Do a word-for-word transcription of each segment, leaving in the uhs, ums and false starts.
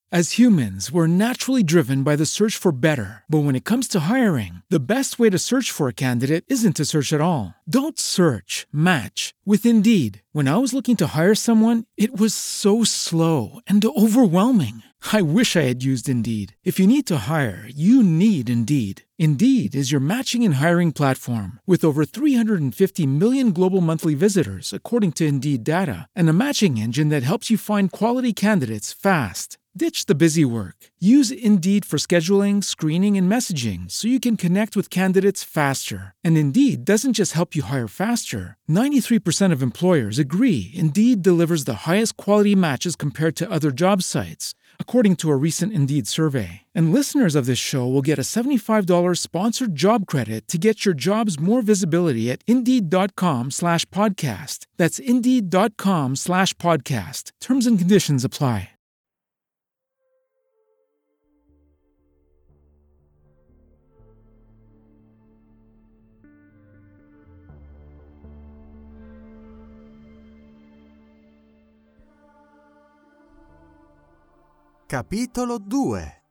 As humans, we're naturally driven by the search for better. But when it comes to hiring, the best way to search for a candidate isn't to search at all. Don't search, match with Indeed. When I was looking to hire someone, it was so slow and overwhelming. I wish I had used Indeed. If you need to hire, you need Indeed. Indeed is your matching and hiring platform with over three hundred fifty million global monthly visitors, according to Indeed data, and a matching engine that helps you find quality candidates fast. Ditch the busy work. Use Indeed for scheduling, screening, and messaging so you can connect with candidates faster. And Indeed doesn't just help you hire faster. ninety-three percent of employers agree Indeed delivers the highest quality matches compared to other job sites, according to a recent Indeed survey. And listeners of this show will get a seventy-five dollars sponsored job credit to get your jobs more visibility at Indeed.com slash podcast. That's Indeed.com slash podcast. Terms and conditions apply. Capitolo due.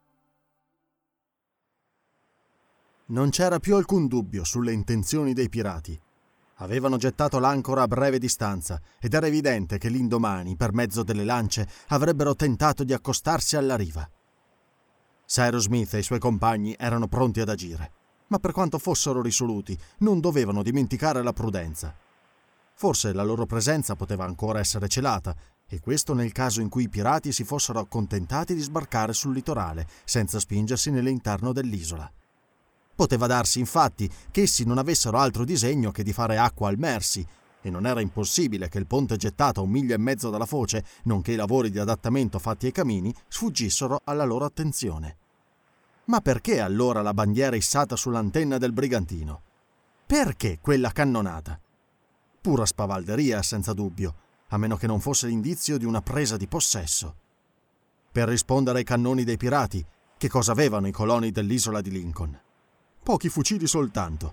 Non c'era più alcun dubbio sulle intenzioni dei pirati. Avevano gettato l'ancora a breve distanza ed era evidente che l'indomani, per mezzo delle lance, avrebbero tentato di accostarsi alla riva. Cyrus Smith e i suoi compagni erano pronti ad agire, ma per quanto fossero risoluti, non dovevano dimenticare la prudenza. Forse la loro presenza poteva ancora essere celata, e questo nel caso in cui i pirati si fossero accontentati di sbarcare sul litorale, senza spingersi nell'interno dell'isola. Poteva darsi, infatti, che essi non avessero altro disegno che di fare acqua al Mercy, e non era impossibile che il ponte gettato a un miglio e mezzo dalla foce, nonché i lavori di adattamento fatti ai camini, sfuggissero alla loro attenzione. Ma perché allora la bandiera issata sull'antenna del brigantino? Perché quella cannonata? Pura spavalderia, senza dubbio, a meno che non fosse l'indizio di una presa di possesso. Per rispondere ai cannoni dei pirati, che cosa avevano i coloni dell'isola di Lincoln? Pochi fucili soltanto.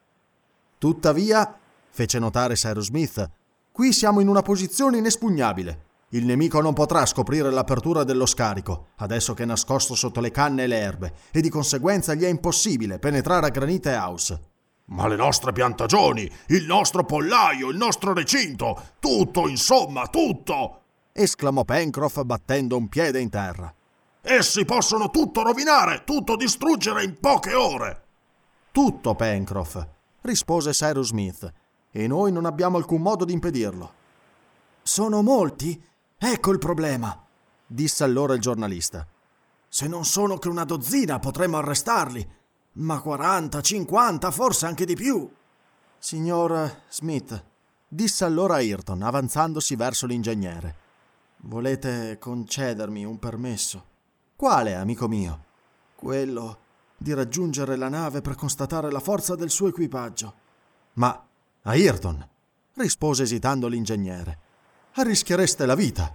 Tuttavia, fece notare Cyrus Smith, qui siamo in una posizione inespugnabile. Il nemico non potrà scoprire l'apertura dello scarico, adesso che è nascosto sotto le canne e le erbe, e di conseguenza gli è impossibile penetrare a Granite House. Ma le nostre piantagioni, il nostro pollaio, il nostro recinto, tutto, insomma, tutto! Esclamò Pencroff battendo un piede in terra. Essi possono tutto rovinare, tutto distruggere in poche ore! Tutto, Pencroff, rispose Cyrus Smith, e noi non abbiamo alcun modo di impedirlo. Sono molti? Ecco il problema, disse allora il giornalista. Se non sono che una dozzina potremmo arrestarli, ma quaranta, cinquanta, forse anche di più. Signor Smith, disse allora Ayrton, avanzandosi verso l'ingegnere. Volete concedermi un permesso? Quale, amico mio? Quello di raggiungere la nave per constatare la forza del suo equipaggio. Ma, Ayrton, rispose esitando l'ingegnere, arrischiereste la vita.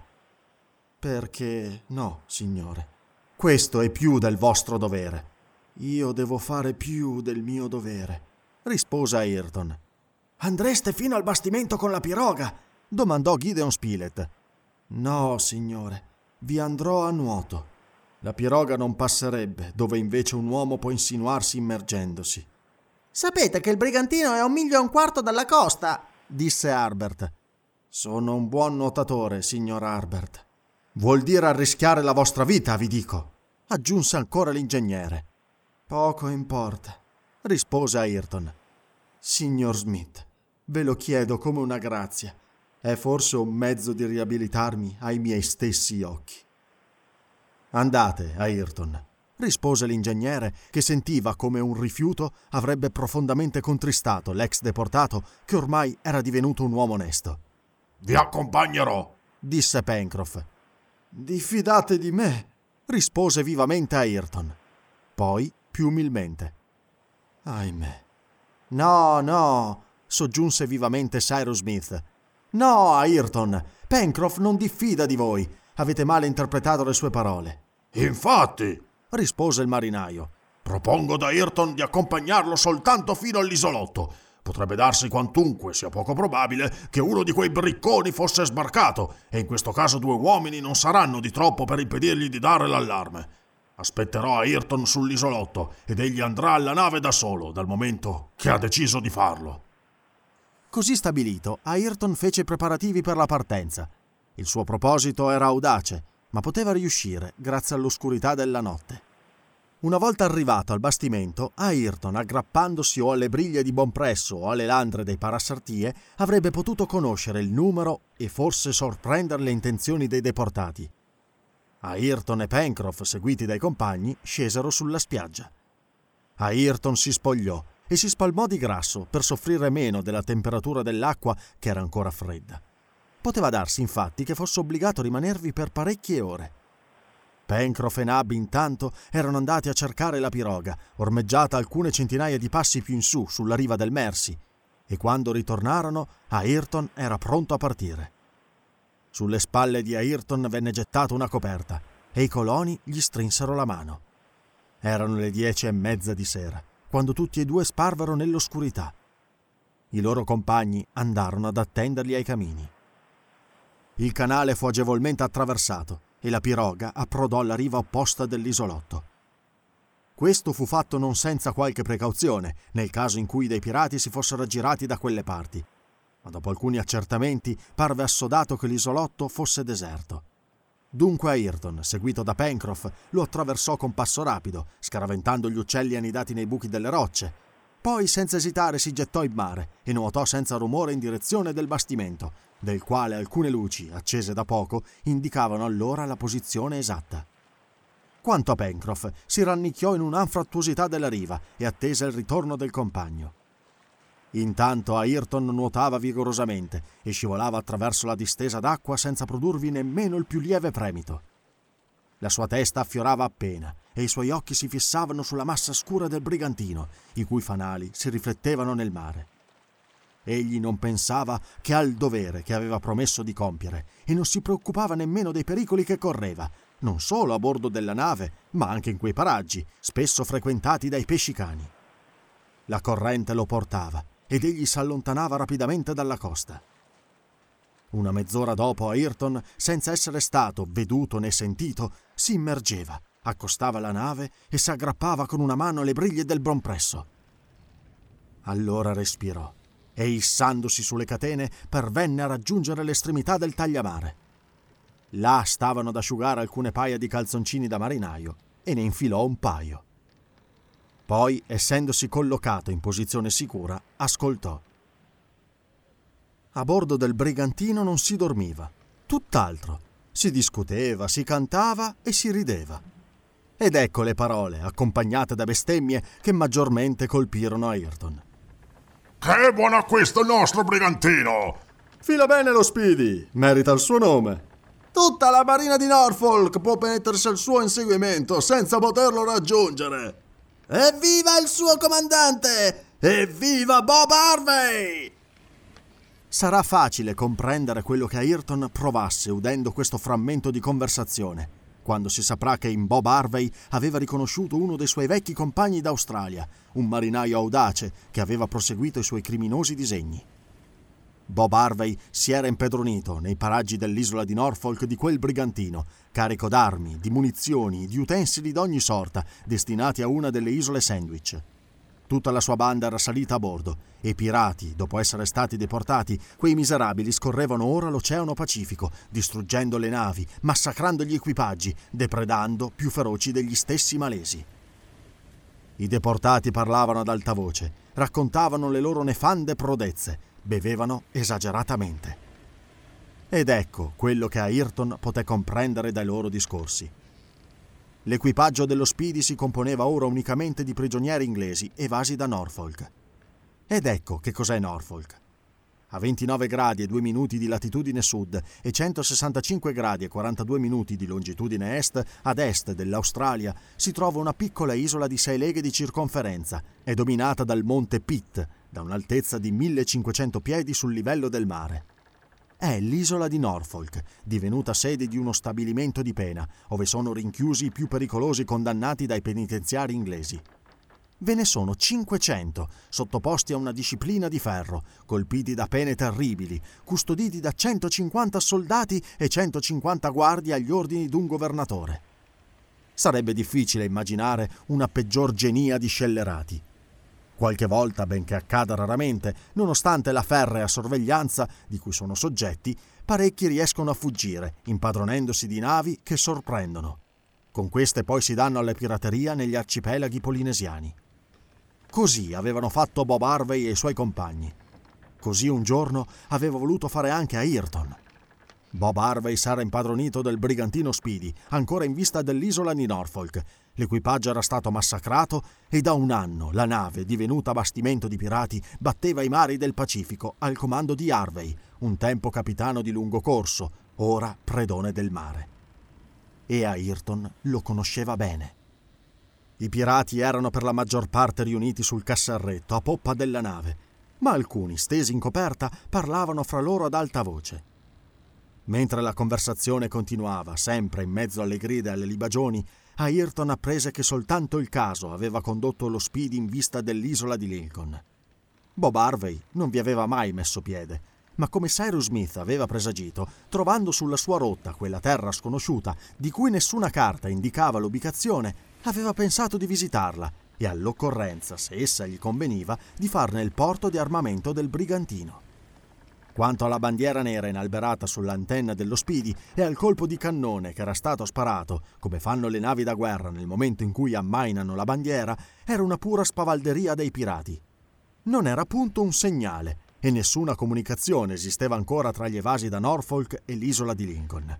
Perché no, signore. Questo è più del vostro dovere. Io devo fare più del mio dovere, rispose Ayrton. Andreste fino al bastimento con la piroga? Domandò Gideon Spilett. No, signore, vi andrò a nuoto. La piroga non passerebbe dove invece un uomo può insinuarsi immergendosi. Sapete che il brigantino è a un miglio e un quarto dalla costa, disse Harbert. Sono un buon nuotatore, signor Harbert. Vuol dire arrischiare la vostra vita, vi dico, aggiunse ancora l'ingegnere. Poco importa, rispose Ayrton. Signor Smith, ve lo chiedo come una grazia. È forse un mezzo di riabilitarmi ai miei stessi occhi. Andate, Ayrton, rispose l'ingegnere, che sentiva come un rifiuto avrebbe profondamente contristato l'ex deportato che ormai era divenuto un uomo onesto. Vi accompagnerò, disse Pencroff. Diffidate di me, rispose vivamente Ayrton. Poi, più umilmente. Ahimè. No, no, soggiunse vivamente Cyrus Smith. No, Ayrton, Pencroff non diffida di voi. Avete male interpretato le sue parole. Infatti, rispose il marinaio. Propongo ad Ayrton di accompagnarlo soltanto fino all'isolotto. Potrebbe darsi quantunque sia poco probabile che uno di quei bricconi fosse sbarcato, e in questo caso due uomini non saranno di troppo per impedirgli di dare l'allarme. Aspetterò Ayrton sull'isolotto ed egli andrà alla nave da solo, dal momento che ha deciso di farlo. Così stabilito, Ayrton fece i preparativi per la partenza. Il suo proposito era audace, ma poteva riuscire grazie all'oscurità della notte. Una volta arrivato al bastimento, Ayrton, aggrappandosi o alle briglie di Bonpresso o alle landre dei Parasartie, avrebbe potuto conoscere il numero e forse sorprendere le intenzioni dei deportati. Ayrton e Pencroff, seguiti dai compagni, scesero sulla spiaggia. Ayrton si spogliò e si spalmò di grasso per soffrire meno della temperatura dell'acqua, che era ancora fredda. Poteva darsi infatti che fosse obbligato a rimanervi per parecchie ore. Pencroff e Nab intanto erano andati a cercare la piroga, ormeggiata alcune centinaia di passi più in su, sulla riva del Mersey, e quando ritornarono Ayrton era pronto a partire. Sulle spalle di Ayrton venne gettata una coperta e i coloni gli strinsero la mano. Erano le dieci e mezza di sera, quando tutti e due sparvero nell'oscurità. I loro compagni andarono ad attenderli ai camini. Il canale fu agevolmente attraversato e la piroga approdò alla riva opposta dell'isolotto. Questo fu fatto non senza qualche precauzione, nel caso in cui dei pirati si fossero aggirati da quelle parti, ma dopo alcuni accertamenti parve assodato che l'isolotto fosse deserto. Dunque Ayrton, seguito da Pencroff, lo attraversò con passo rapido, scaraventando gli uccelli annidati nei buchi delle rocce. Poi, senza esitare, si gettò in mare e nuotò senza rumore in direzione del bastimento, del quale alcune luci, accese da poco, indicavano allora la posizione esatta. Quanto a Pencroff, si rannicchiò in un'anfrattuosità della riva e attese il ritorno del compagno. Intanto Ayrton nuotava vigorosamente e scivolava attraverso la distesa d'acqua senza produrvi nemmeno il più lieve fremito. La sua testa affiorava appena e i suoi occhi si fissavano sulla massa scura del brigantino, i cui fanali si riflettevano nel mare. Egli non pensava che al dovere che aveva promesso di compiere e non si preoccupava nemmeno dei pericoli che correva, non solo a bordo della nave, ma anche in quei paraggi, spesso frequentati dai pescicani. La corrente lo portava ed egli s'allontanava rapidamente dalla costa. Una mezz'ora dopo Ayrton, senza essere stato veduto né sentito, si immergeva, accostava la nave e s'aggrappava con una mano alle briglie del Bonpresso. Allora respirò e, issandosi sulle catene, pervenne a raggiungere l'estremità del tagliamare. Là stavano ad asciugare alcune paia di calzoncini da marinaio e ne infilò un paio. Poi, essendosi collocato in posizione sicura, ascoltò. A bordo del brigantino non si dormiva, tutt'altro. Si discuteva, si cantava e si rideva. Ed ecco le parole, accompagnate da bestemmie, che maggiormente colpirono Ayrton. Che buon acquisto il nostro brigantino! Fila bene lo Speedy, merita il suo nome. Tutta la marina di Norfolk può mettersi al suo inseguimento senza poterlo raggiungere. Evviva il suo comandante! Evviva Bob Harvey! Sarà facile comprendere quello che Ayrton provasse udendo questo frammento di conversazione, quando si saprà che in Bob Harvey aveva riconosciuto uno dei suoi vecchi compagni d'Australia, un marinaio audace che aveva proseguito i suoi criminosi disegni. Bob Harvey si era impedronito nei paraggi dell'isola di Norfolk di quel brigantino, carico d'armi, di munizioni, di utensili d'ogni sorta, destinati a una delle isole Sandwich. Tutta la sua banda era salita a bordo e i pirati, dopo essere stati deportati, quei miserabili scorrevano ora l'Oceano Pacifico, distruggendo le navi, massacrando gli equipaggi, depredando più feroci degli stessi malesi. I deportati parlavano ad alta voce, raccontavano le loro nefande prodezze, bevevano esageratamente. Ed ecco quello che Ayrton poté comprendere dai loro discorsi. L'equipaggio dello Speedy si componeva ora unicamente di prigionieri inglesi evasi da Norfolk. Ed ecco che cos'è Norfolk. A ventinove gradi e due minuti di latitudine sud e centosessantacinque gradi e quarantadue minuti di longitudine est ad est dell'Australia si trova una piccola isola di sei leghe di circonferenza e dominata dal monte Pitt, da un'altezza di millecinquecento piedi sul livello del mare. È l'isola di Norfolk, divenuta sede di uno stabilimento di pena, ove sono rinchiusi i più pericolosi condannati dai penitenziari inglesi. ve ne sono cinquecento, sottoposti a una disciplina di ferro, colpiti da pene terribili, custoditi da centocinquanta soldati e centocinquanta guardie agli ordini d'un governatore. Sarebbe difficile immaginare una peggior genia di scellerati. Qualche volta, benché accada raramente, nonostante la ferrea sorveglianza di cui sono soggetti, parecchi riescono a fuggire, impadronendosi di navi che sorprendono. Con queste poi si danno alla pirateria negli arcipelaghi polinesiani. Così avevano fatto Bob Harvey e i suoi compagni. Così un giorno aveva voluto fare anche Ayrton. Bob Harvey s'era impadronito del brigantino Speedy, ancora in vista dell'isola di Norfolk. L'equipaggio era stato massacrato e da un anno la nave, divenuta bastimento di pirati, batteva i mari del Pacifico al comando di Harvey, un tempo capitano di lungo corso, ora predone del mare. E Ayrton lo conosceva bene. I pirati erano per la maggior parte riuniti sul casserretto a poppa della nave, ma alcuni, stesi in coperta, parlavano fra loro ad alta voce. Mentre la conversazione continuava, sempre in mezzo alle grida e alle libagioni, Ayrton apprese che soltanto il caso aveva condotto lo Speedy in vista dell'isola di Lincoln. Bob Harvey non vi aveva mai messo piede, ma come Cyrus Smith aveva presagito, trovando sulla sua rotta quella terra sconosciuta di cui nessuna carta indicava l'ubicazione, aveva pensato di visitarla e all'occorrenza, se essa gli conveniva, di farne il porto di armamento del brigantino. Quanto alla bandiera nera inalberata sull'antenna dello Speedy e al colpo di cannone che era stato sparato, come fanno le navi da guerra nel momento in cui ammainano la bandiera, era una pura spavalderia dei pirati. Non era appunto un segnale e nessuna comunicazione esisteva ancora tra gli evasi da Norfolk e l'isola di Lincoln.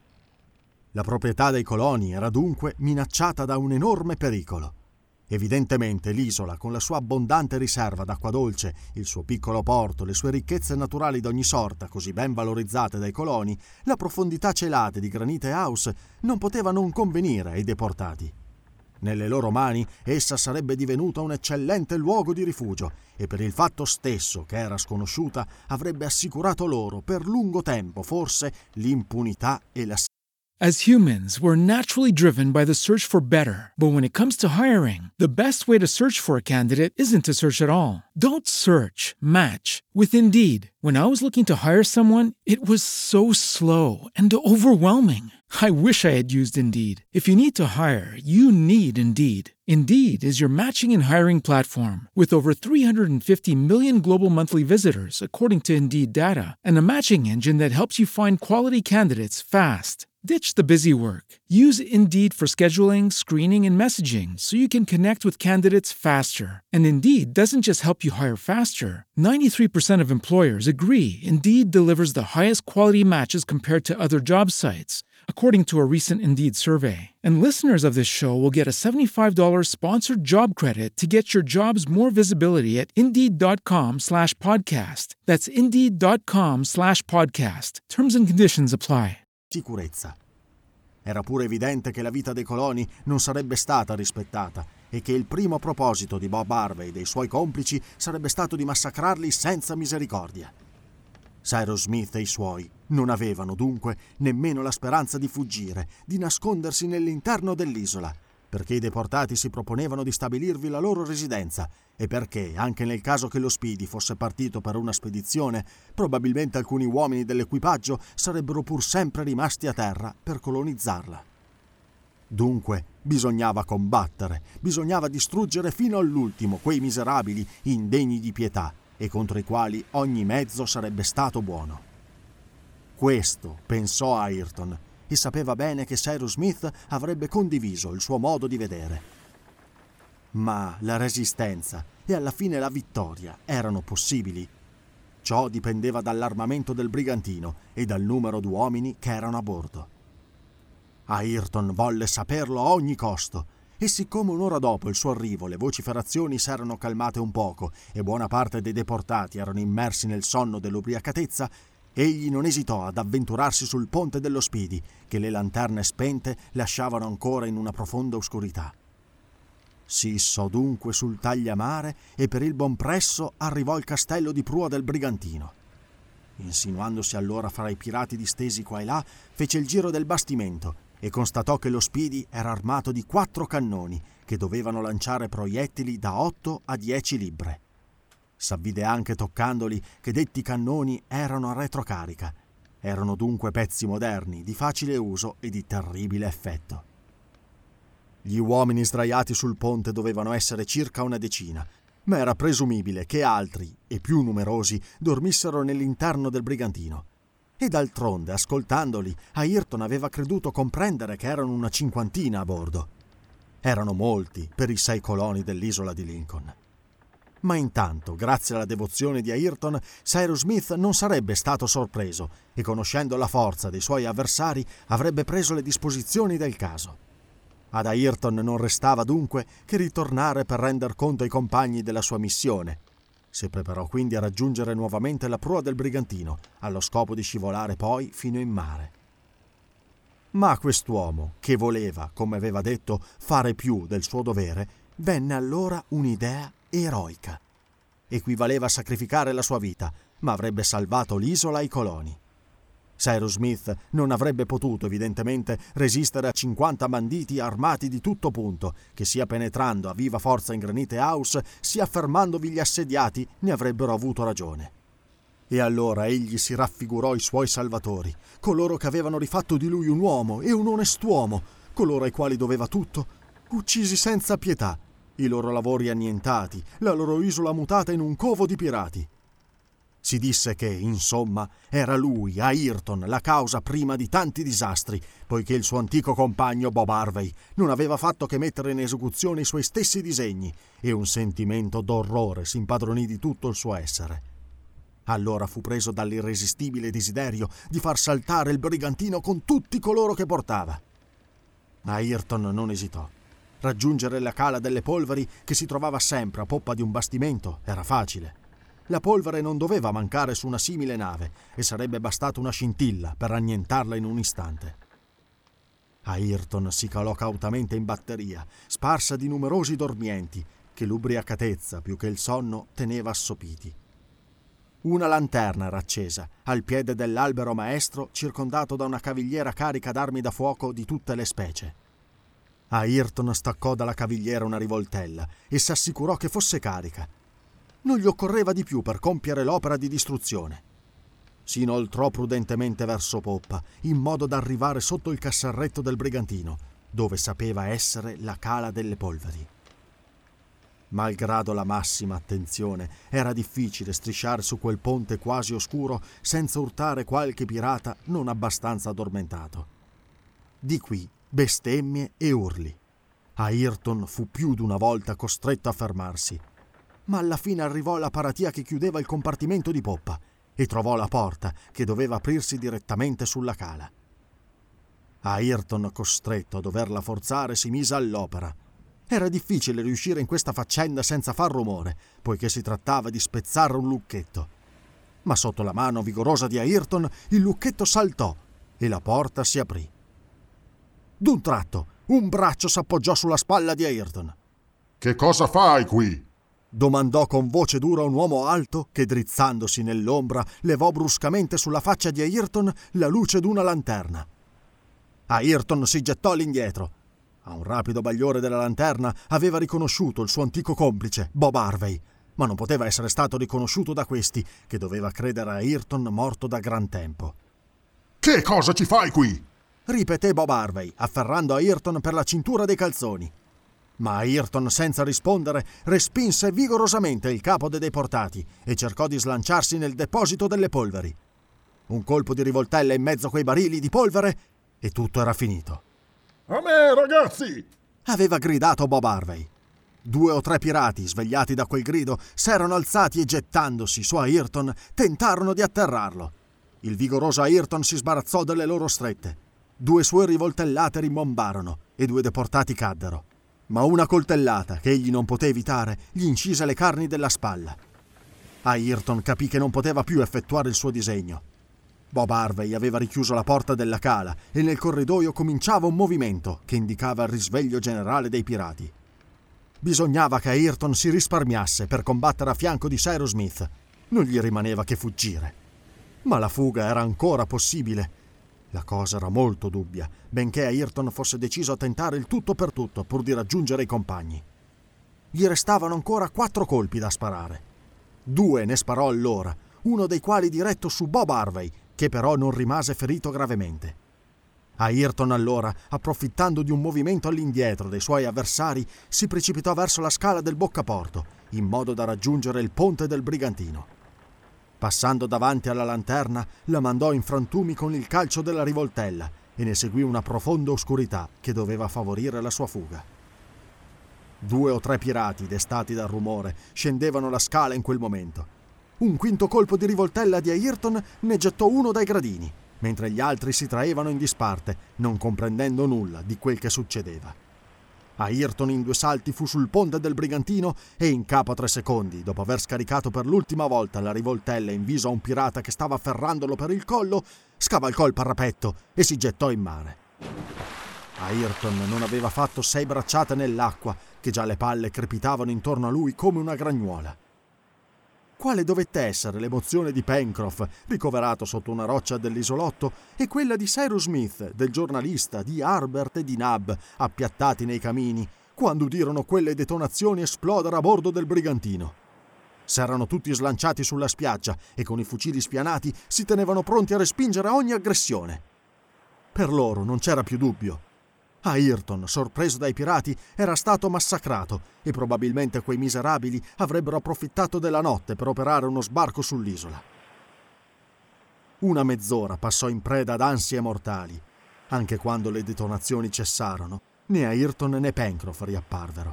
La proprietà dei coloni era dunque minacciata da un enorme pericolo. Evidentemente l'isola, con la sua abbondante riserva d'acqua dolce, il suo piccolo porto, le sue ricchezze naturali d'ogni sorta, così ben valorizzate dai coloni, la profondità celate di Granite House, non poteva non convenire ai deportati. Nelle loro mani essa sarebbe divenuta un eccellente luogo di rifugio e per il fatto stesso che era sconosciuta avrebbe assicurato loro per lungo tempo forse l'impunità e la As humans, we're naturally driven by the search for better. But when it comes to hiring, the best way to search for a candidate isn't to search at all. Don't search, match with Indeed. When I was looking to hire someone, it was so slow and overwhelming. I wish I had used Indeed. If you need to hire, you need Indeed. Indeed is your matching and hiring platform with over three hundred fifty million global monthly visitors, according to Indeed data, and a matching engine that helps you find quality candidates fast. Ditch the busy work. Use Indeed for scheduling, screening, and messaging so you can connect with candidates faster. And Indeed doesn't just help you hire faster. ninety-three percent of employers agree Indeed delivers the highest quality matches compared to other job sites, according to a recent Indeed survey. And listeners of this show will get a seventy-five dollars sponsored job credit to get your jobs more visibility at Indeed.com slash podcast. That's Indeed.com slash podcast. Terms and conditions apply. Sicurezza. Era pure evidente che la vita dei coloni non sarebbe stata rispettata e che il primo proposito di Bob Harvey e dei suoi complici sarebbe stato di massacrarli senza misericordia. Cyrus Smith e i suoi non avevano dunque nemmeno la speranza di fuggire, di nascondersi nell'interno dell'isola, perché i deportati si proponevano di stabilirvi la loro residenza e perché, anche nel caso che lo Speedy fosse partito per una spedizione, probabilmente alcuni uomini dell'equipaggio sarebbero pur sempre rimasti a terra per colonizzarla. Dunque bisognava combattere, bisognava distruggere fino all'ultimo quei miserabili indegni di pietà e contro i quali ogni mezzo sarebbe stato buono. Questo pensò Ayrton, e sapeva bene che Cyrus Smith avrebbe condiviso il suo modo di vedere. Ma la resistenza e alla fine la vittoria erano possibili. Ciò dipendeva dall'armamento del brigantino e dal numero di uomini che erano a bordo. Ayrton volle saperlo a ogni costo, e siccome un'ora dopo il suo arrivo le vociferazioni s'erano calmate un poco e buona parte dei deportati erano immersi nel sonno dell'ubriacatezza, egli non esitò ad avventurarsi sul ponte dello Speedy, che le lanterne spente lasciavano ancora in una profonda oscurità. Si issò dunque sul tagliamare e per il buon presso arrivò al castello di prua del brigantino. Insinuandosi allora fra i pirati distesi qua e là, fece il giro del bastimento e constatò che lo Speedy era armato di quattro cannoni che dovevano lanciare proiettili da otto a dieci libbre. S'avvide anche toccandoli che detti cannoni erano a retrocarica. Erano dunque pezzi moderni, di facile uso e di terribile effetto. Gli uomini sdraiati sul ponte dovevano essere circa una decina, ma era presumibile che altri, e più numerosi, dormissero nell'interno del brigantino. E d'altronde, ascoltandoli, Ayrton aveva creduto comprendere che erano una cinquantina a bordo. Erano molti per i sei coloni dell'isola di Lincoln. Ma intanto, grazie alla devozione di Ayrton, Cyrus Smith non sarebbe stato sorpreso e, conoscendo la forza dei suoi avversari, avrebbe preso le disposizioni del caso. Ad Ayrton non restava dunque che ritornare per render conto ai compagni della sua missione. Si preparò quindi a raggiungere nuovamente la prua del brigantino, allo scopo di scivolare poi fino in mare. Ma quest'uomo, che voleva, come aveva detto, fare più del suo dovere, venne allora un'idea eroica. Equivaleva a sacrificare la sua vita, ma avrebbe salvato l'isola ai coloni. Cyrus Smith non avrebbe potuto, evidentemente, resistere a cinquanta banditi armati di tutto punto, che sia penetrando a viva forza in Granite House, sia fermandovi gli assediati, ne avrebbero avuto ragione. E allora egli si raffigurò i suoi salvatori, coloro che avevano rifatto di lui un uomo e un onest'uomo, coloro ai quali doveva tutto, uccisi senza pietà, i loro lavori annientati, la loro isola mutata in un covo di pirati. Si disse che, insomma, era lui, Ayrton, la causa prima di tanti disastri, poiché il suo antico compagno Bob Harvey non aveva fatto che mettere in esecuzione i suoi stessi disegni, e un sentimento d'orrore si impadronì di tutto il suo essere. Allora fu preso dall'irresistibile desiderio di far saltare il brigantino con tutti coloro che portava. Ayrton non esitò. Raggiungere la cala delle polveri, che si trovava sempre a poppa di un bastimento, era facile. La polvere non doveva mancare su una simile nave e sarebbe bastata una scintilla per annientarla in un istante. Ayrton si calò cautamente in batteria, sparsa di numerosi dormienti, che l'ubriacatezza più che il sonno teneva assopiti. Una lanterna era accesa, al piede dell'albero maestro, circondato da una cavigliera carica d'armi da fuoco di tutte le specie. Ayrton staccò dalla cavigliera una rivoltella e s'assicurò che fosse carica. Non gli occorreva di più per compiere l'opera di distruzione. Si inoltrò prudentemente verso poppa, in modo da arrivare sotto il casserretto del brigantino, dove sapeva essere la cala delle polveri. Malgrado la massima attenzione, era difficile strisciare su quel ponte quasi oscuro senza urtare qualche pirata non abbastanza addormentato. Di qui bestemmie e urli. Ayrton fu più d'una volta costretto a fermarsi, ma alla fine arrivò alla paratia che chiudeva il compartimento di poppa e trovò la porta che doveva aprirsi direttamente sulla cala. Ayrton, costretto a doverla forzare, si mise all'opera. Era difficile riuscire in questa faccenda senza far rumore, poiché si trattava di spezzare un lucchetto. Ma sotto la mano vigorosa di Ayrton il lucchetto saltò e la porta si aprì. D'un tratto un braccio s'appoggiò sulla spalla di Ayrton. «Che cosa fai qui?» domandò con voce dura un uomo alto che, drizzandosi nell'ombra, levò bruscamente sulla faccia di Ayrton la luce d'una lanterna. Ayrton si gettò all'indietro. A un rapido bagliore della lanterna aveva riconosciuto il suo antico complice, Bob Harvey, ma non poteva essere stato riconosciuto da questi, che doveva credere Ayrton morto da gran tempo. «Che cosa ci fai qui?» ripeté Bob Harvey, afferrando Ayrton per la cintura dei calzoni. Ma Ayrton, senza rispondere, respinse vigorosamente il capo dei deportati e cercò di slanciarsi nel deposito delle polveri. Un colpo di rivoltella in mezzo a quei barili di polvere e tutto era finito. «A me, ragazzi!» aveva gridato Bob Harvey. Due o tre pirati, svegliati da quel grido, s'erano alzati e, gettandosi su Ayrton, tentarono di atterrarlo. Il vigoroso Ayrton si sbarazzò dalle loro strette. Due sue rivoltellate rimbombarono e due deportati caddero. Ma una coltellata, che egli non poté evitare, gli incise le carni della spalla. Ayrton capì che non poteva più effettuare il suo disegno. Bob Harvey aveva richiuso la porta della cala e nel corridoio cominciava un movimento che indicava il risveglio generale dei pirati. Bisognava che Ayrton si risparmiasse per combattere a fianco di Cyrus Smith. Non gli rimaneva che fuggire. Ma la fuga era ancora possibile. La cosa era molto dubbia, benché Ayrton fosse deciso a tentare il tutto per tutto pur di raggiungere i compagni. Gli restavano ancora quattro colpi da sparare. Due ne sparò allora, uno dei quali diretto su Bob Harvey, che però non rimase ferito gravemente. Ayrton allora, approfittando di un movimento all'indietro dei suoi avversari, si precipitò verso la scala del boccaporto, in modo da raggiungere il ponte del brigantino. Passando davanti alla lanterna, la mandò in frantumi con il calcio della rivoltella e ne seguì una profonda oscurità che doveva favorire la sua fuga. Due o tre pirati, destati dal rumore, scendevano la scala in quel momento. Un quinto colpo di rivoltella di Ayrton ne gettò uno dai gradini, mentre gli altri si traevano in disparte, non comprendendo nulla di quel che succedeva. Ayrton in due salti fu sul ponte del brigantino e in capo a tre secondi, dopo aver scaricato per l'ultima volta la rivoltella in viso a un pirata che stava afferrandolo per il collo, scavalcò il parapetto e si gettò in mare. Ayrton non aveva fatto sei bracciate nell'acqua, che già le palle crepitavano intorno a lui come una gragnuola. Quale dovette essere l'emozione di Pencroff, ricoverato sotto una roccia dell'isolotto, e quella di Cyrus Smith, del giornalista, di Harbert e di Nab, appiattati nei camini, quando udirono quelle detonazioni esplodere a bordo del brigantino. S'erano tutti slanciati sulla spiaggia e con i fucili spianati si tenevano pronti a respingere ogni aggressione. Per loro non c'era più dubbio. Ayrton, sorpreso dai pirati, era stato massacrato e probabilmente quei miserabili avrebbero approfittato della notte per operare uno sbarco sull'isola. Una mezz'ora passò in preda ad ansie mortali. Anche quando le detonazioni cessarono, né Ayrton né Pencroff riapparvero.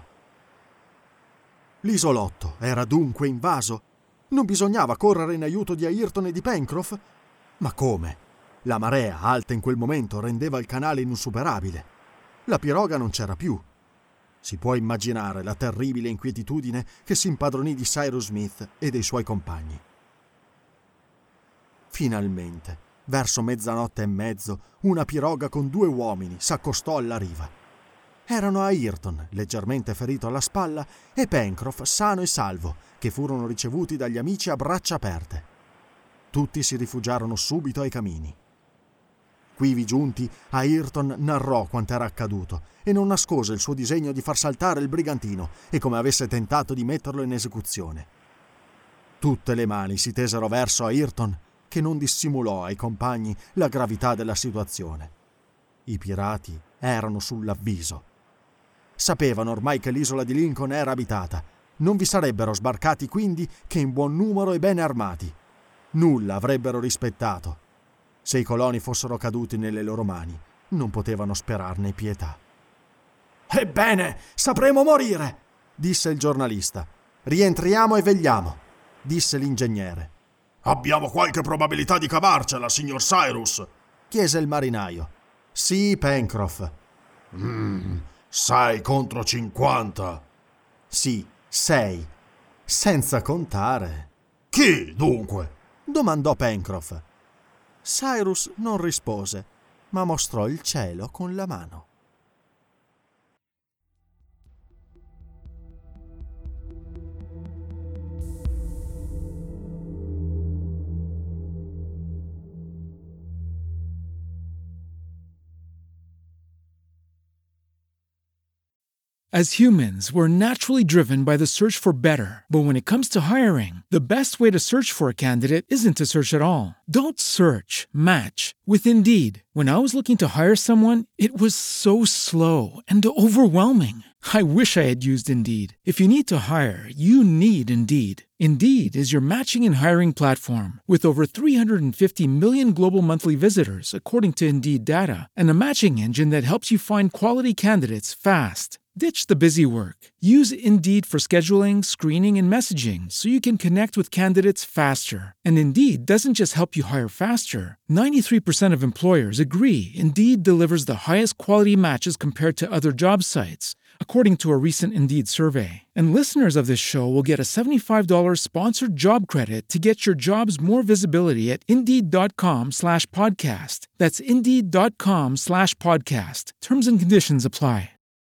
L'isolotto era dunque invaso? Non bisognava correre in aiuto di Ayrton e di Pencroff? Ma come? La marea, alta in quel momento, rendeva il canale insuperabile. La piroga non c'era più. Si può immaginare la terribile inquietudine che si impadronì di Cyrus Smith e dei suoi compagni. Finalmente, verso mezzanotte e mezzo, una piroga con due uomini s'accostò alla riva. Erano Ayrton, leggermente ferito alla spalla, e Pencroff, sano e salvo, che furono ricevuti dagli amici a braccia aperte. Tutti si rifugiarono subito ai camini. Quivi giunti, Ayrton narrò quant'era accaduto e non nascose il suo disegno di far saltare il brigantino e come avesse tentato di metterlo in esecuzione. Tutte le mani si tesero verso Ayrton, che non dissimulò ai compagni la gravità della situazione. I pirati erano sull'avviso. Sapevano ormai che l'isola di Lincoln era abitata. Non vi sarebbero sbarcati quindi che in buon numero e bene armati. Nulla avrebbero rispettato. Se i coloni fossero caduti nelle loro mani, non potevano sperarne pietà. «Ebbene, sapremo morire!» disse il giornalista. «Rientriamo e vegliamo», disse l'ingegnere. «Abbiamo qualche probabilità di cavarcela, signor Cyrus?» chiese il marinaio. «Sì, Pencroff». Mm, sei contro cinquanta. «Sì, sei. Senza contare». «Chi, dunque?» domandò Pencroff. Cyrus non rispose, ma mostrò il cielo con la mano. As humans, we're naturally driven by the search for better. But when it comes to hiring, the best way to search for a candidate isn't to search at all. Don't search, match with Indeed. When I was looking to hire someone, it was so slow and overwhelming. I wish I had used Indeed. If you need to hire, you need Indeed. Indeed is your matching and hiring platform with over three hundred fifty million global monthly visitors, according to Indeed data, and a matching engine that helps you find quality candidates fast. Ditch the busy work. Use Indeed for scheduling, screening, and messaging so you can connect with candidates faster. And Indeed doesn't just help you hire faster. ninety-three percent of employers agree Indeed delivers the highest quality matches compared to other job sites, according to a recent Indeed survey. And listeners of this show will get a seventy-five dollars sponsored job credit to get your jobs more visibility at Indeed.com slash podcast. That's Indeed.com slash podcast. Terms and conditions apply.